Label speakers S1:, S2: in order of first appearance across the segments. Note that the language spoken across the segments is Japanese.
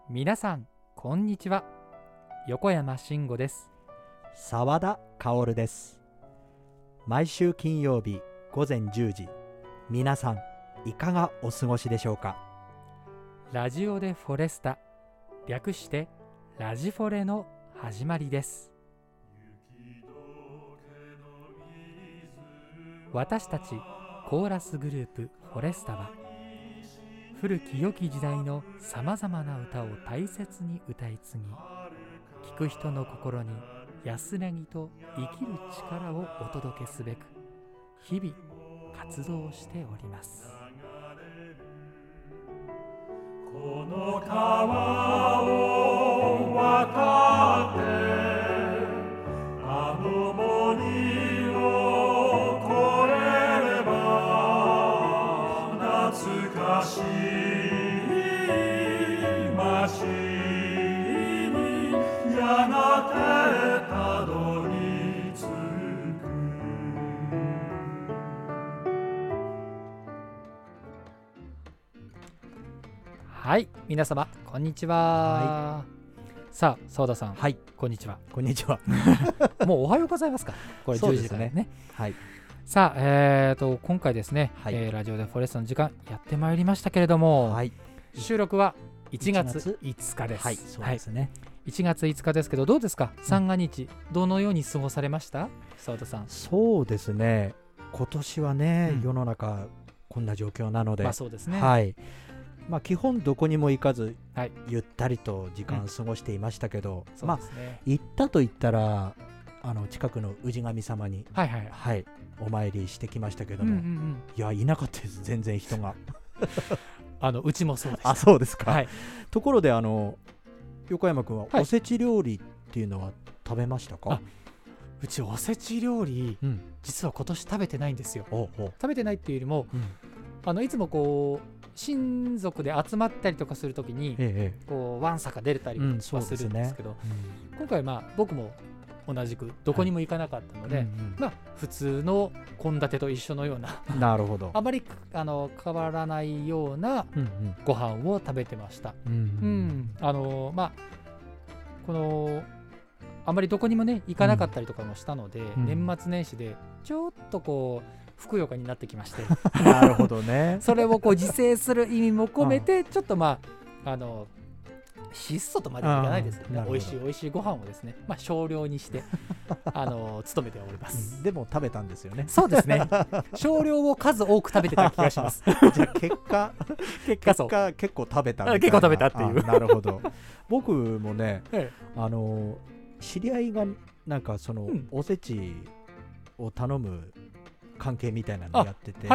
S1: 皆さんこんにちは。横山慎吾です。
S2: 澤田薫です。毎週金曜日午前10時、皆さんいかがお過ごしでしょうか。
S1: ラジオでフォレスタ、略してラジフォレの始まりです。私たちコーラスグループフォレスタは、古き良き時代のさまざまな歌を大切に歌い継ぎ、聴く人の心に安らぎと生きる力をお届けすべく日々活動しております。
S3: この川を渡ってあの森を越えれば懐かしい街にやがてたどり着く。
S1: はい、皆様こんにちは。さあ、澤田さん、
S2: はい、
S1: こんにちは。
S2: こんにちは。
S1: もうおはようございますか。これ10時からね。
S2: はい。
S1: さあ、今回ですね、
S2: はい
S1: ラジオでフォレストの時間やってまいりましたけれども、
S2: はい。
S1: 収録は1月5日です。
S2: はい、そうですね。
S1: 1月5日ですけど、どうですか、三が日、どのように過ごされました、澤田さん。
S2: そうですね。今年はね、
S1: うん
S2: 世の中こんな状況なので、
S1: まあそうですね。
S2: はい。まあ基本どこにも行かず、
S1: はい
S2: ゆったりと時間過ごしていましたけど、
S1: そうですね。
S2: 行ったと言ったら近くの氏神様に、
S1: はいはい。
S2: はい、お参りしてきましたけど
S1: うんう
S2: も、
S1: ん
S2: いやいなかったです、全然人が。
S1: うん。うちもそうでした。
S2: あ、そうですか。
S1: はい。
S2: ところで横山君は
S1: はい
S2: おせち料理っていうのは食べましたか？
S1: あ、うちおせち料理、
S2: うん。
S1: 実は今年食べてないんですよ。
S2: おうおう。
S1: 食べてないっていうよりも、いつもこう親族で集まったりとかするときに、
S2: え
S1: こうわんさか出れたり
S2: うん
S1: はするんですけど、
S2: え。
S1: 今回僕も同じくどこにも行かなかったので、普通の献立と一緒のような
S2: なるほど。
S1: あまり変わらないようなご飯を食べてました。このあまりどこにもね行かなかったりとかもしたので、年末年始でちょっとこうふくよかになってきまして
S2: なるほどね。
S1: それをこう自制する意味も込めてちょっと質素とまではいかないですけどね、美味しいご飯をですね、少量にして努めております。
S2: でも食べたんですよね。
S1: そうですね。少量を数多く食べてた気がします。
S2: じゃあ結果結構食べたみたいな。
S1: 結構食べたっていう。
S2: なるほど。僕もね、
S1: え
S2: 知り合いがなんかおせちを頼む関係みたいなのやってて、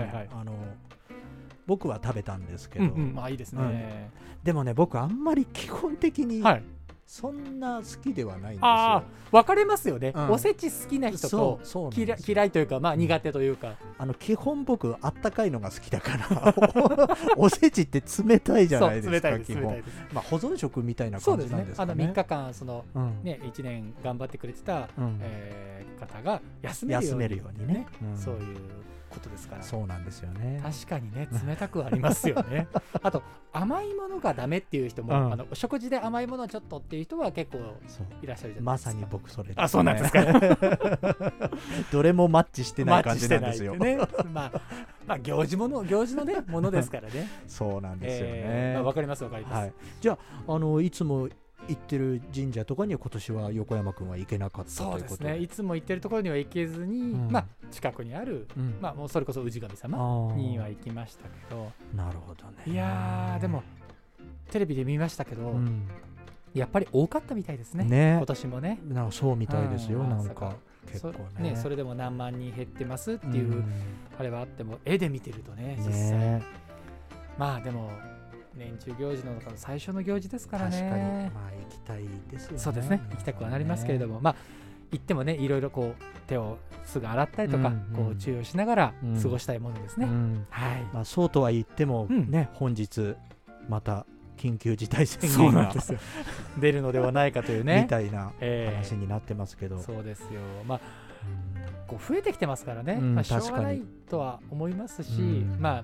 S2: 僕は食べたんですけど、
S1: いいですね。
S2: でもね、僕あんまり基本的にそんな好きではないんですよ。
S1: 分かれますよね。おせち好きな人と嫌いというか、苦手というか。
S2: 基本僕あったかいのが好きだからおせちって冷たいじゃないですか。基本保存食みたいな感じなんですかね。
S1: 3日間1年頑張ってくれてた方が休めるようにね、そういうことですから。
S2: そうなんですよね。
S1: 確かにね、冷たくはありますよね。あと甘いものがダメっていう人も、食事で甘いものはちょっとっていう人は結構いらっしゃるじゃないですか。
S2: まさに僕それですね。
S1: あ、そうなんですか。
S2: どれもマッチしてない感じなんですよ。
S1: 行事のねものですからね。
S2: そうなんですよね。
S1: わかりますわかります。
S2: じゃあいつも行ってる神社とかには今年は横山君は行けなかったということで。そうですね。
S1: いつも行ってるところには行けずに、近くにある、もうそれこそ氏神様には行きましたけど。
S2: なるほどね。
S1: いやー、でもテレビで見ましたけど、やっぱり多かったみたいですね。今年もね。
S2: そうみたいですよ。なんか結構ね。
S1: それでも何万人減ってますっていうあれはあっても、絵で見てるとね、実際でも年中行事の中の最初の行事ですからね。
S2: 確かに行きたいですよね。
S1: そうですね。行きたくはなりますけれども、行ってもね、いろいろこう手をすぐ洗ったりとか、こう注意をしながら過ごしたいものですね。
S2: そうとは言ってもね、本日また緊急事態宣言が
S1: 出るのではないかというね
S2: みたいな話になってますけど。
S1: そうですよ。こう増えてきてますからね。しょうがないとは思いますし、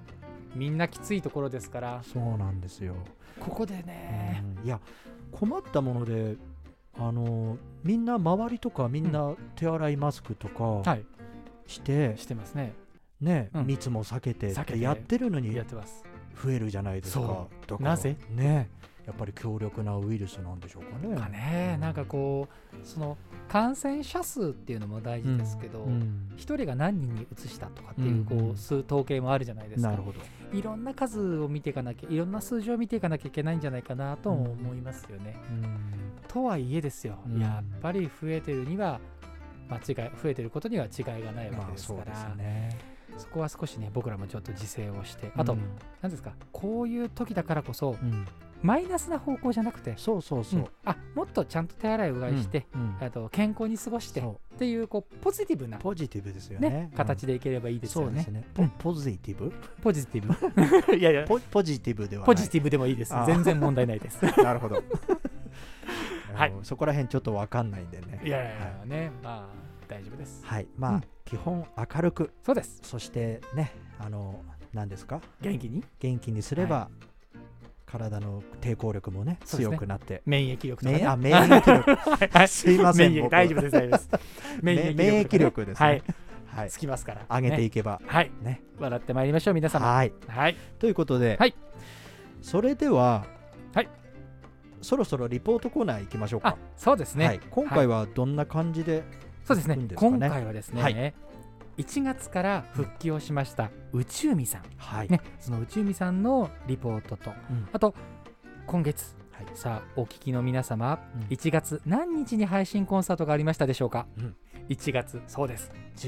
S1: みんなきついところですから。
S2: そうなんですよ。
S1: ここでね、
S2: いや困ったものでみんな周りとかみんな手洗いマスクとかして、
S1: してますね。
S2: 密も避けてってやってるのに
S1: やってます。
S2: 増えるじゃないですか。だから
S1: なぜ
S2: ね、やっぱり強力なウイルスなんでしょうかね。
S1: なんかこうその感染者数っていうのも大事ですけど、一人が何人に移したとかっていう統計もあるじゃないですか。
S2: なるほど。
S1: いろんな数を見ていかなきゃ、いろんな数字を見ていかなきゃいけないんじゃないかなと思いますよね。とはいえですよ、やっぱり増えてることには違いがないわけですから、そこは少しね、僕らもちょっと自制をして、あと何ですか、こういう時だからこそ、マイナスな方向じゃなくて、もっとちゃんと手洗いうがいして、健康に過ごしてっていうポジティブな
S2: ですよね、
S1: 形でいければいいですよね。
S2: ポジティブ
S1: ポジティブいやいや、
S2: ポジティブではない、
S1: ポジティブでもいいです。全然問題ないです。
S2: なるほど。そこら辺ちょっと分かんないんでね。
S1: いやね、まあ大丈夫です。
S2: 基本明るく、
S1: そうです。
S2: そしてね、何ですか、
S1: 元気に
S2: すれば、体の抵抗力もね強くなって、
S1: 免疫力とかね、
S2: 免疫力すいません、
S1: 大丈夫です。
S2: 免疫力ですね、
S1: つきますから、
S2: 上げていけば
S1: ね、笑ってまいりましょう皆様。
S2: ということで、それではそろそろリポートコーナー行きましょうか。
S1: そうですね。
S2: 今回はどんな感じで、
S1: そうですね、今回はですね、1月から復帰をしました宇宙美さん、その宇宙美さんのリポートと、あと今月、さあお聞きの皆様、1月何日に配信コンサートがありましたでしょうか。1月、そうです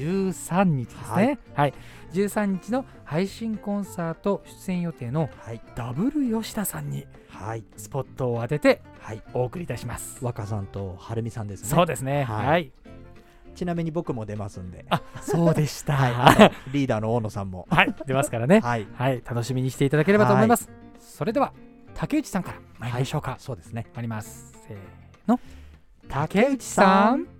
S1: 、13日ですね。13日の配信コンサート出演予定のダブル吉田さんにスポットを当ててお送りいたします。
S2: 若さんとはるみさんですね。
S1: そうですね。
S2: ちなみに僕も出ますんで。
S1: そうでした。
S2: リーダーの大野さんも
S1: 出ますからね。楽しみにしていただければと思います。それでは竹内さんから参りましょうか。
S2: そうですね。
S1: 参ります。せーの。竹内さん。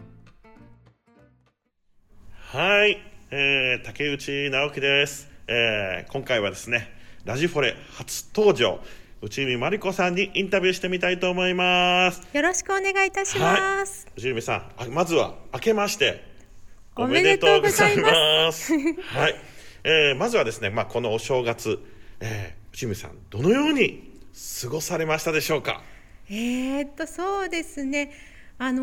S4: 竹内直樹です。今回はですね、ラジフォレ初登場、内海まりこさんにインタビューしてみたいと思います。
S5: よろしくお願いいたします。
S4: 内海さん、まずは明けましておめでとうございます。まずはですね、このお正月、内海さんどのように過ごされましたでしょうか。
S5: そうですね、もう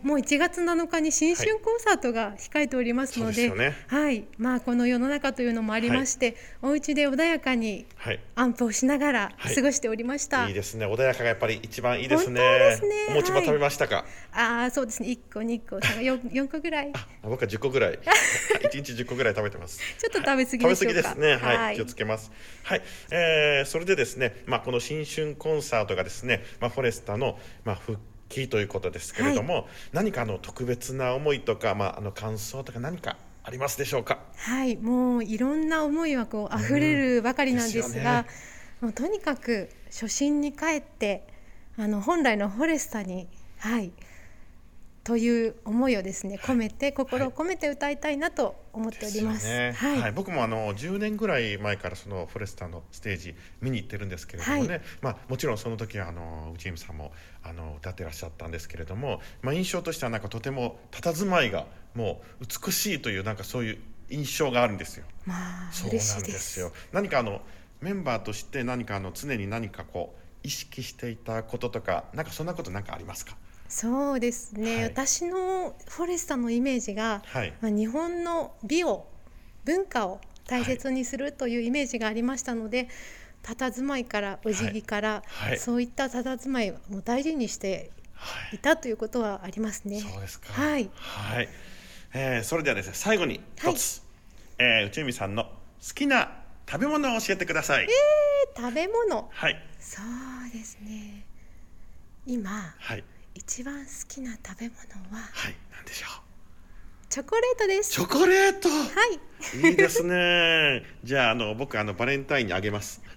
S5: 1月7日に新春コンサートが控えておりますので、この世の中というのもありまして、お家で穏やかに安符をしながら過ごしておりました。
S4: いいですね、穏やかがやっぱり一番いいですね。
S5: 本当ですね。
S4: お餅も食べましたか。
S5: そうですね、1個2個4個ぐらい。
S4: 僕は10個ぐらい1日10個ぐらい食べてます。
S5: ちょっと食べ過ぎでしょうか。
S4: 食べ過ぎですね。気をつけます。それでですね、この新春コンサートがですね、フォレスタの復帰ということですけれども、何か特別な思いとか、感想とか何かありますでしょうか。
S5: もういろんな思いは溢れるばかりなんですが、もうとにかく初心に帰って本来のフォレスタに、という思いをですね心を込めて歌いたいなと思っております。
S4: 僕も10年ぐらい前からそのフォレスタのステージ見に行ってるんですけれどもね、もちろんその時は内海さんも歌ってらっしゃったんですけれども、印象としてはとても佇まいがもう美しいというそういう印象があるんですよ。そうなんですよ。何かメンバーとして常に何か意識していたこととかそんなことありますか。
S5: そうですね、私のフォレスタのイメージが、日本の美を文化を大切にするというイメージがありましたので、佇まいからお辞儀から、そういった佇まいを大事にしていたということはありますね。
S4: そうですか。それではですね、最後に一つ、内海さんの好きな食べ物を教えてください。
S5: 食べ物、そうですね、今、一番好きな食べ物は、
S4: 何でしょう。
S5: チョコレートです。
S4: チョコレート、いいですね。じゃあ僕バレンタインにあげます。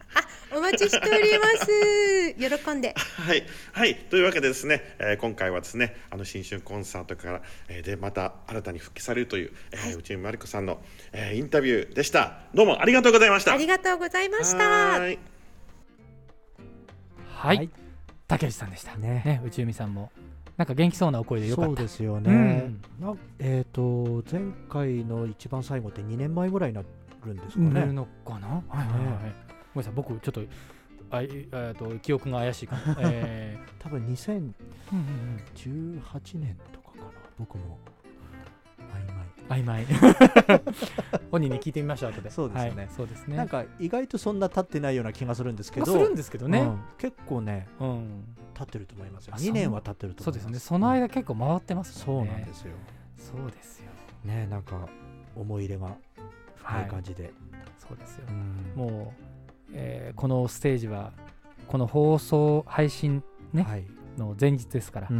S5: お待ちしております。喜んで。
S4: はい、はい、というわけでですね、今回はですね新春コンサートから、でまた新たに復帰されるという、内海マリコさんの、インタビューでした。どうもありがとうございました。
S5: ありがとうございました。
S1: はい、竹内さんでしたね。内海さんもなんか元気そうなお声でよかった。
S2: そうですよね、前回の一番最後って2年前ぐらいになるんですかね。
S1: なるのかな。ごめんなさい、僕ちょっと記憶が怪しいかも。
S2: 多分2018年とかかな。僕も曖昧
S1: 本人に聞いてみましょう後で。
S2: そうですね、
S1: そうですね。
S2: なんか意外とそんな経ってないような気がするんですけど、結構ね、経ってると思いますよ。2年は経ってると思います。
S1: そうですね。その間結構回ってます
S2: もんね。そうなんですよ。
S1: そうですよ
S2: ね。なんか思い入れが深い感じで、
S1: そうですよ。もう、このステージはこの放送配信ね、の前日ですから、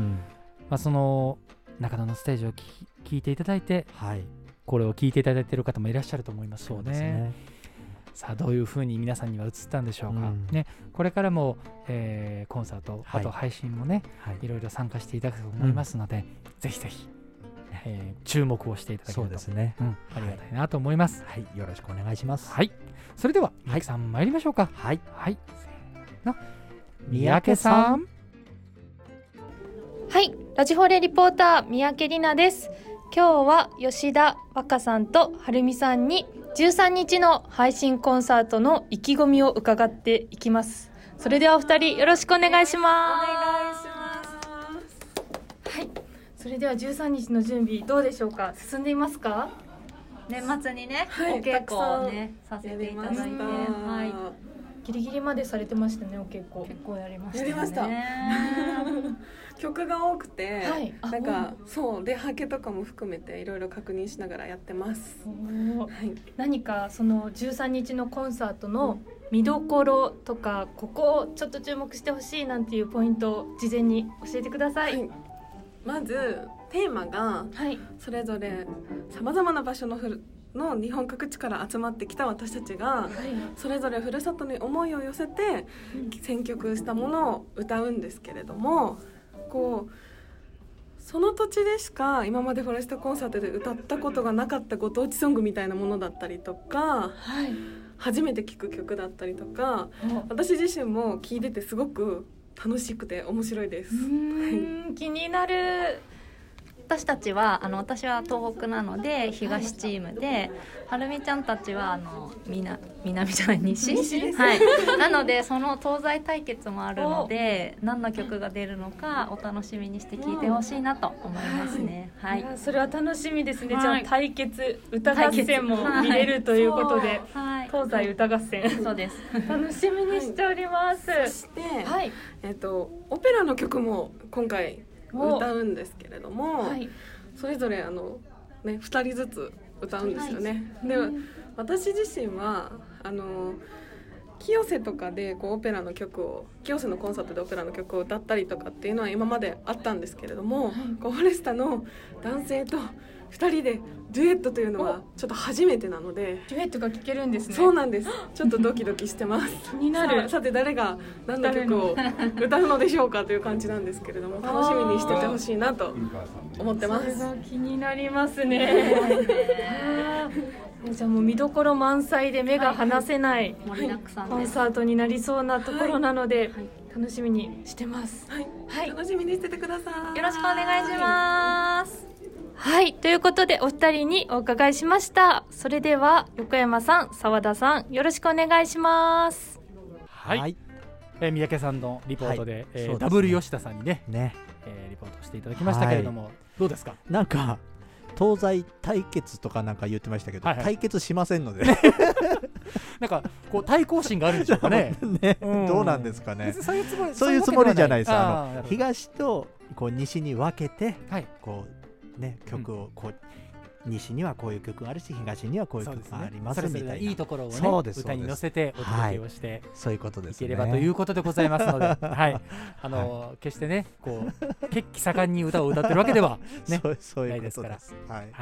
S1: その中野のステージを聞いていただいて、これを聞いていただいている方もいらっしゃると思いますよね。さあどういうふうに皆さんには映ったんでしょうか、これからも、コンサート、あと配信もね、いろいろ参加していただくと思いますので、ぜひぜひ、注目をしていただけると、ありがたいなと思います。
S2: よろしくお願いします。
S1: それでは三宅さん参りましょうか。せーの、三宅さん。
S6: はい、ラジフォレリポーター三宅里奈です。今日は吉田和歌さんと晴美さんに13日の配信コンサートの意気込みを伺っていきます。それではお二人よろしくお願いします。お願いします。はい、それでは13日の準備どうでしょうか。進んでいますか。
S7: 年末にね、お稽古をねさせていただいて、
S6: ギリギリまでされてましたね。お稽古
S7: 結構やりましたね。
S8: やりました曲が多くて、なんかそう出はけとかも含めていろいろ確認しながらやってます。
S6: 何かその13日のコンサートの見どころとか、ここをちょっと注目してほしいなんていうポイントを事前に教えてください。
S8: まずテーマがそれぞれさまざまな場所の日本各地から集まってきた私たちが、それぞれふるさとに思いを寄せて選曲したものを歌うんですけれども、その土地でしか今までフォレストコンサートで歌ったことがなかったご当地ソングみたいなものだったりとか、初めて聴く曲だったりとか、私自身も聴いててすごく楽しくて面白いです。
S6: 気になる。
S7: 私たちは私は東北なので東チームで、はるみちゃんたちは南じゃない西です、なのでその東西対決もあるので、何の曲が出るのかお楽しみにして聴いてほしいなと思いますね。
S6: それは楽しみですね。じゃあ対決歌合戦も見れるということで、東西歌合戦、
S7: そうです
S6: 楽しみにしております。
S8: そして、オペラの曲も今回歌うんですけれども、それぞれ2人ずつ歌うんですよね。で、私自身は清瀬とかでオペラの曲を、清瀬のコンサートでオペラの曲を歌ったりとかっていうのは今まであったんですけれども、フォレスタの男性と2人でデュエットというのはちょっと初めてなので。
S6: デュエットが聴けるんですね。
S8: そうなんです。ちょっとドキドキしてます
S6: 気になる。
S8: さて誰が何の曲を歌うのでしょうかという感じなんですけれども、楽しみにしててほしいなと思ってます。
S6: それが気になりますね。じゃあもう見どころ満載で目が離せないコンサートになりそうなところなので、楽しみにしてます。
S8: 楽しみにしててください。
S7: よろしくお願いします。
S6: ということでお二人にお伺いしました。それでは横山さん、澤田さん、よろしくお願いします。
S1: 三宅さんのリポートで、ダブル吉田さんにね、リポートしていただきましたけれども、どうですか。
S2: なんか東西対決とかなんか言ってましたけど、対決しませんので
S1: なんか対抗心があるんでしょうかね。
S2: どうなんですかね。そういうつもりじゃないです。東と西に分けて、曲を西にはこういう曲があるし、東にはこういう曲がありますみたいな、
S1: いいところをね、歌に乗せてお届けをして
S2: そういうことですね、
S1: いければということでございますので、決してね血気盛んに歌を歌ってるわけではねないですから、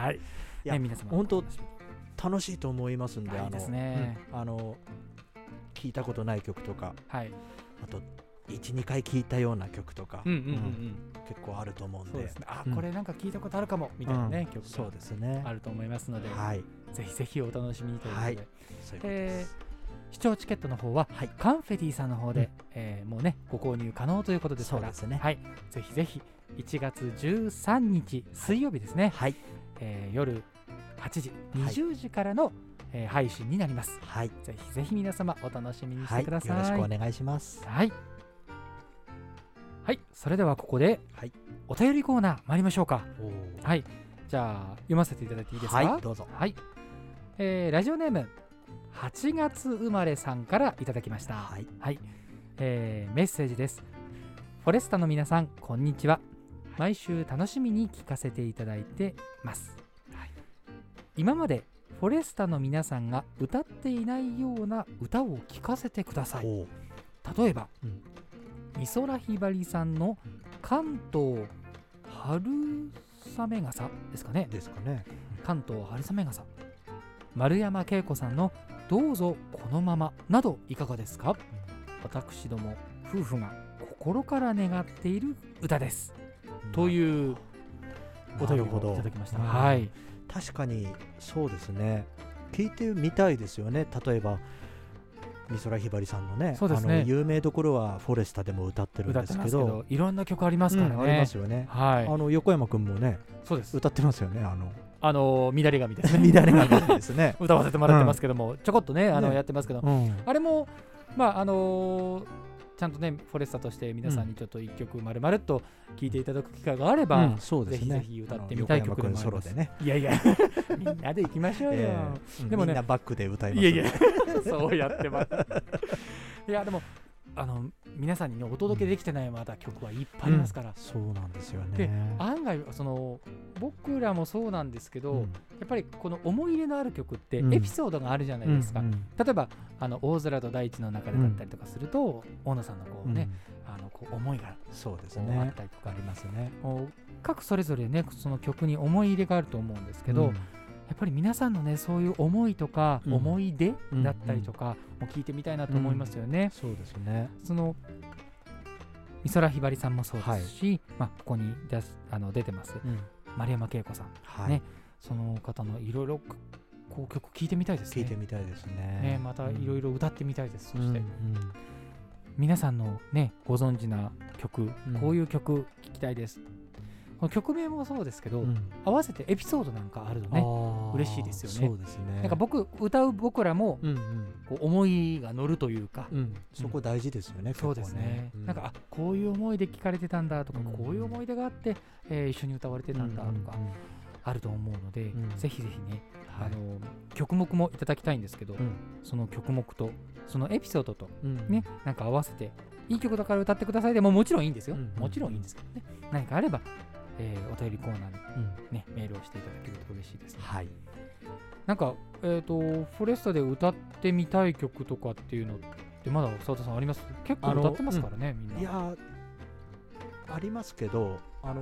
S1: 皆様
S2: 本当楽しいと思いますんで、 聞いたことない曲とか、あと 1,2 回聞いたような曲とか、結構あると思うんで、
S1: そうですね、これなんか聞いたことあるかもみたいなね、曲があると思いますので、ぜひぜひお楽しみにということで、視聴チケットの方はカンフェティさんの方でもうねご購入可能ということですから、ぜひぜひ1月13日水曜日ですね、夜8時20時からの配信になります。ぜひぜひ皆様お楽しみにしてください。
S2: よろしくお願いします。
S1: はい、それではここでお便りコーナー参りましょうか。じゃあ読ませていただいていいですか。
S2: どうぞ。
S1: ラジオネーム8月生まれさんからいただきました。メッセージです。フォレスタの皆さんこんにちは。毎週楽しみに聞かせていただいてます。今までフォレスタの皆さんが歌っていないような歌を聞かせてください。例えば、美空ひばりさんの関東春雨傘ですかね。関東春雨傘。丸山恵子さんのどうぞこのままなどいかがですか。私ども夫婦が心から願っている歌です。というお便りをいただきました。
S2: 確かにそうですね。聞いてみたいですよね。例えば美空ひばりさんのね、有名どころはフォレスタでも歌ってるんですけど、
S1: いろんな曲ありますからね。
S2: ありますよね。横山くんもね、歌ってますよね。
S1: 乱れ髪ですね。
S2: 乱れ髪ですね。
S1: 歌わせてもらってますけども、ちょこっとねやってますけど、あれもちゃんとねフォレスタとして皆さんにちょっと一曲まるまるっと聴いていただく機会があれば、ぜひぜひ歌ってみたい曲でもあります。いやいやみんなで行きましょうよ。
S2: でもね、みんなバックで歌います。
S1: いやいやそうやってます。いやでも皆さんにねお届けできてないまだ曲はいっぱいありますから。
S2: そうなんですよね。
S1: で案外僕らもそうなんですけど、やっぱりこの思い入れのある曲ってエピソードがあるじゃないですか。例えば大空と大地の中でだったりとかすると、大野さんのこうね思いが
S2: そうですね
S1: あったりとか
S2: ありますね。
S1: 各それぞれねその曲に思い入れがあると思うんですけど、やっぱり皆さんのねそういう思いとか思い出だったりとかも聞いてみたいなと思いますよね。
S2: そうですね。
S1: 美空ひばりさんもそうですし、ここに出てます丸山恵子さん、ね、その方のいろいろ曲聞いてみたいですね。
S2: 聞いてみたいですね。
S1: またいろいろ歌ってみたいです。そして皆さんのねご存知な曲、こういう曲聞きたいです。この曲名もそうですけど、合わせてエピソードなんかあるとね嬉しいですよね。
S2: そうですね。
S1: なんか歌う僕らも思いが乗るというか、
S2: そこ大事ですよね。
S1: そうですね。なんかこういう思いで聞かれてたんだとか、こういう思い出があって一緒に歌われてたんだとかあると思うので、ぜひぜひね曲目もいただきたいんですけど、その曲目とそのエピソードとねなんか合わせていい曲だから歌ってくださいでももちろんいいんですよ。もちろんいいんですけどね。何かあればお便りコーナーに、メールをしていただけると嬉しいです、ね。なんか、フォレスタで歌ってみたい曲とかっていうのってまだ澤田さんあります？結構歌ってますからね、みんな。
S2: いやありますけど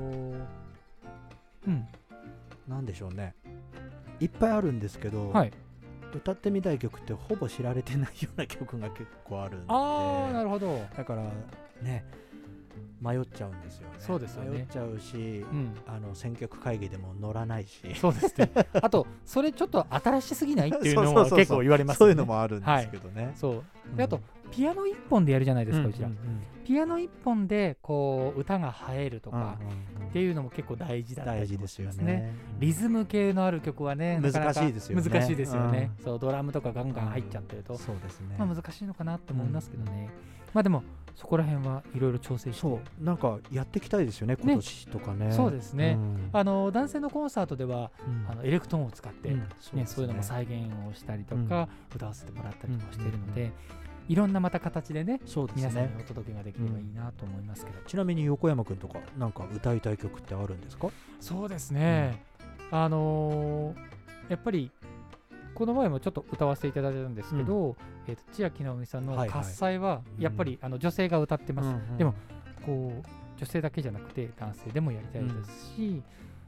S2: なんでしょうね、いっぱいあるんですけど、歌ってみたい曲ってほぼ知られてないような曲が結構あるんで、
S1: なるほど。
S2: だからね迷っちゃうんですよね。
S1: そうですよね。
S2: 迷っちゃうし、選曲会議でも乗らないし。
S1: そうですね。あとそれちょっと新しすぎないっていうのも結構言われますよね。
S2: そういうのもあるんですけどね。
S1: そうであとピアノ一本でやるじゃないですか、うちら。ピアノ一本でこう歌が映えるとかっていうのも結構大事だったりしますね。リズム系のある曲はね
S2: 難しいですよね。
S1: 難しいですよね。そうドラムとかガンガン入っちゃってると、
S2: そうですね。
S1: 難しいのかなと思いますけどね。でもそこら辺はいろいろ調整して、
S2: なんかやっていきたいですよね、今年とかね。
S1: そうですね。男性のコンサートではエレクトーンを使ってそういうのも再現をしたりとか歌わせてもらったりとかしているので、いろんなまた形でね皆さんにお届けができればいいなと思いますけど。
S2: ちなみに横山くんとかなんか歌いたい曲ってあるんですか？
S1: そうですね。やっぱりこの前もちょっと歌わせていただいたんですけど、千秋直美さんの「喝采」はやっぱり女性が歌ってます。でもこう女性だけじゃなくて男性でもやりたいですし、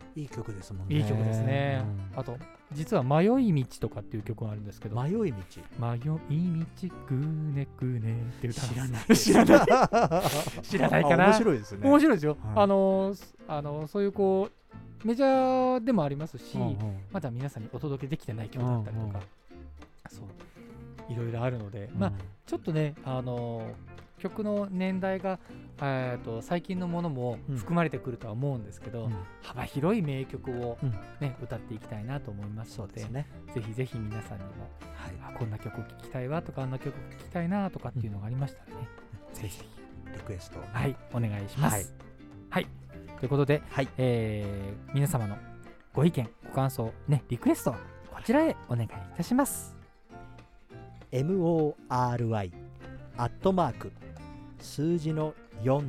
S2: いい曲ですもんね。
S1: いい曲ですね。あと実は迷い道とかっていう曲があるんですけど、
S2: 迷い道
S1: ぐねぐねっていう歌。
S2: 知らない
S1: 知らないかな。
S2: 面白いですね。
S1: 面白いですよ。そういうこうメジャーでもありますし、まだ皆さんにお届けできてない曲だったりとか、そういろいろあるので、まあちょっとね曲の年代が最近のものも含まれてくるとは思うんですけど、幅広い名曲を、ね歌っていきたいなと思いますので、ぜひぜひ皆さんにも、こんな曲聴きたいわとかあんな曲聴きたいなとかっていうのがありましたらね、ぜひぜひ
S2: リクエストを、
S1: お願いします。はい、ということで、皆様のご意見ご感想ねリクエストはこちらへお願いいたします。
S2: MORY数字の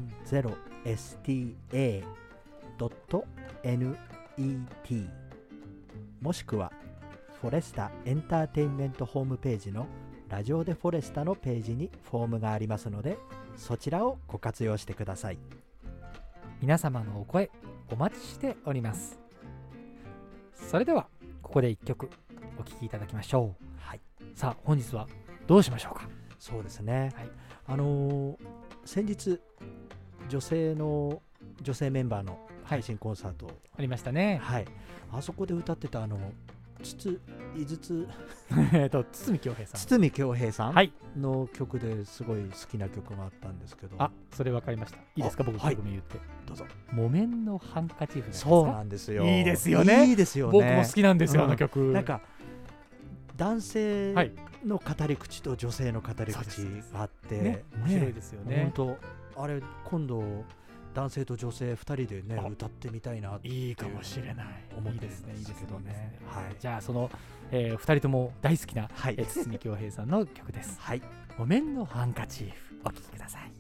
S2: 40sta.net もしくはフォレスタエンターテインメントホームページのラジオでフォレスタのページにフォームがありますので、そちらをご活用してください。
S1: 皆様のお声お待ちしております。それではここで1曲お聴きいただきましょう。さあ本日はどうしましょうか。
S2: そうですね、先日女性メンバーの配信コンサート、
S1: ありましたね。
S2: あそこで歌ってた堤恭平さんの曲ですごい好きな曲があったんですけど、
S1: それ分かりました。いいですか、僕曲名言って。
S2: どうぞ。
S1: 木綿のハンカチーフ。
S2: そうなんですよ。
S1: いいですよね。僕も好きなんですよ、あの曲。
S2: なんか男性の語り口と女性の語り口があって、
S1: 面白いですよね。
S2: 本当あれ今度男性と女性2人でね歌ってみたいなって
S1: いいかもしれない。
S2: 思ってるんですけどね。
S1: じゃあその2人とも大好きな堤恭平さんの曲です。木綿のハンカチーフ、お聴きください。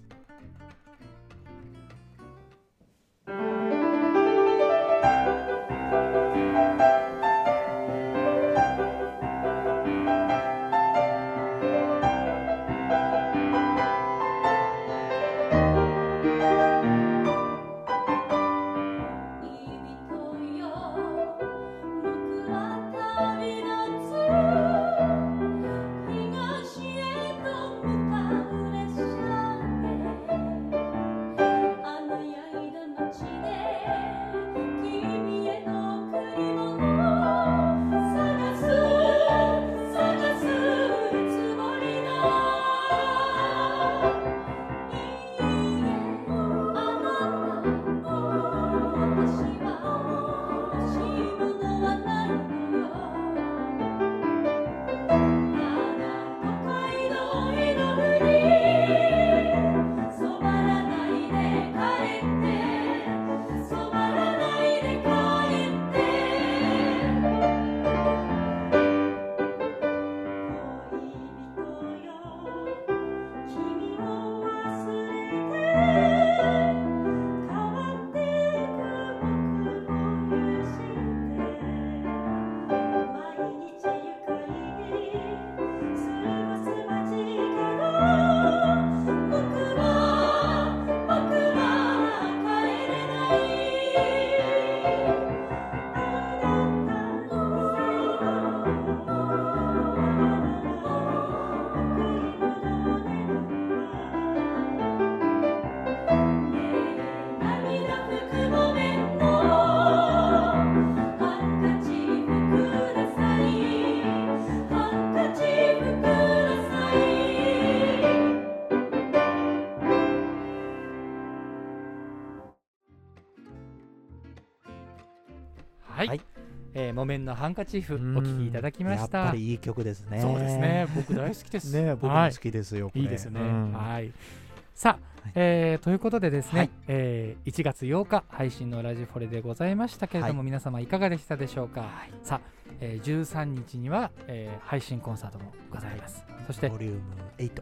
S1: 木綿のハンカチーフお聴きいただきました。
S2: やっぱりいい曲ですね。
S1: そうですね、僕大好きです
S2: ね。僕も好きですよ。
S1: いいですね。さあ、ということでですね、1月8日配信のラジフォレでございましたけれども、皆様いかがでしたでしょうか。さあ、13日には、配信コンサートもございます。そして
S2: ボリューム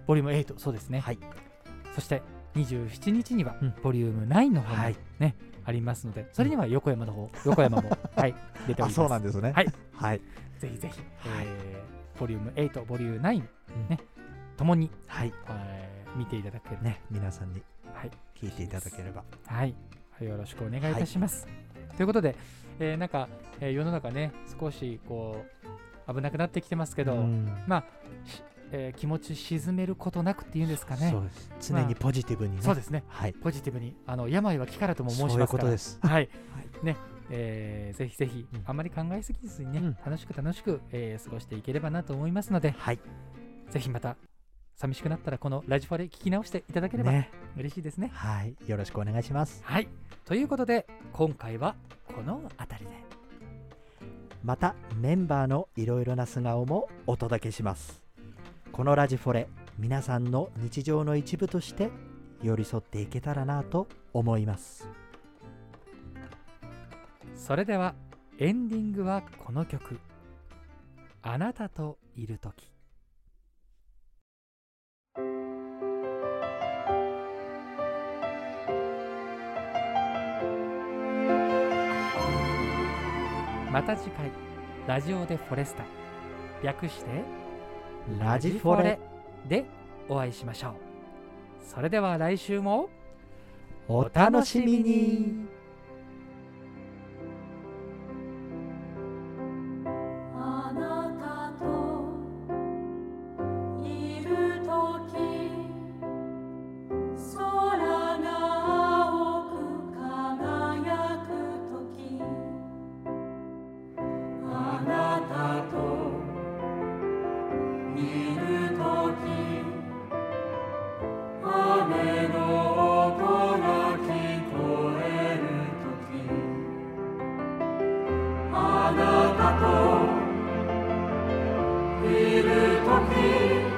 S1: 8、そうですね。そして27日にはボリューム9の方もね、ありますので、それには横山も出ております。
S2: そうなんですね。
S1: ぜひぜひボリューム8、ボリューム9ね、ともに見ていただける
S2: ね、皆さんに聞いていただければ、
S1: あよろしくお願いいたします、ということで、なんか、世の中ね少しこう危なくなってきてますけど、まあ気持ち沈めることなくっていうんですかね。
S2: そうです。常にポジティブにね。
S1: そうですね、ポジティブに病は気からとも申しますから。
S2: そういうことです。
S1: ね、ぜひぜひ、あまり考えすぎずにね、楽しく、過ごしていければなと思いますので、ぜひまた寂しくなったらこのラジフォレ聞き直していただければ嬉しいですね。
S2: よろしくお願いします。
S1: ということで今回はこの辺りで、
S2: またメンバーのいろいろな素顔もお届けします。このラジフォレ、皆さんの日常の一部として寄り添っていけたらなと思います。
S1: それではエンディングはこの曲、あなたといるとき。また次回ラジオでフォレスタ、略して
S2: ラジフォレ
S1: でお会いしましょう。それでは来週も
S2: お楽しみに。
S3: あなたといるとき、空が青く輝くとき、あなたといるとき、雨の音が聞こえるとき、あなたといるとき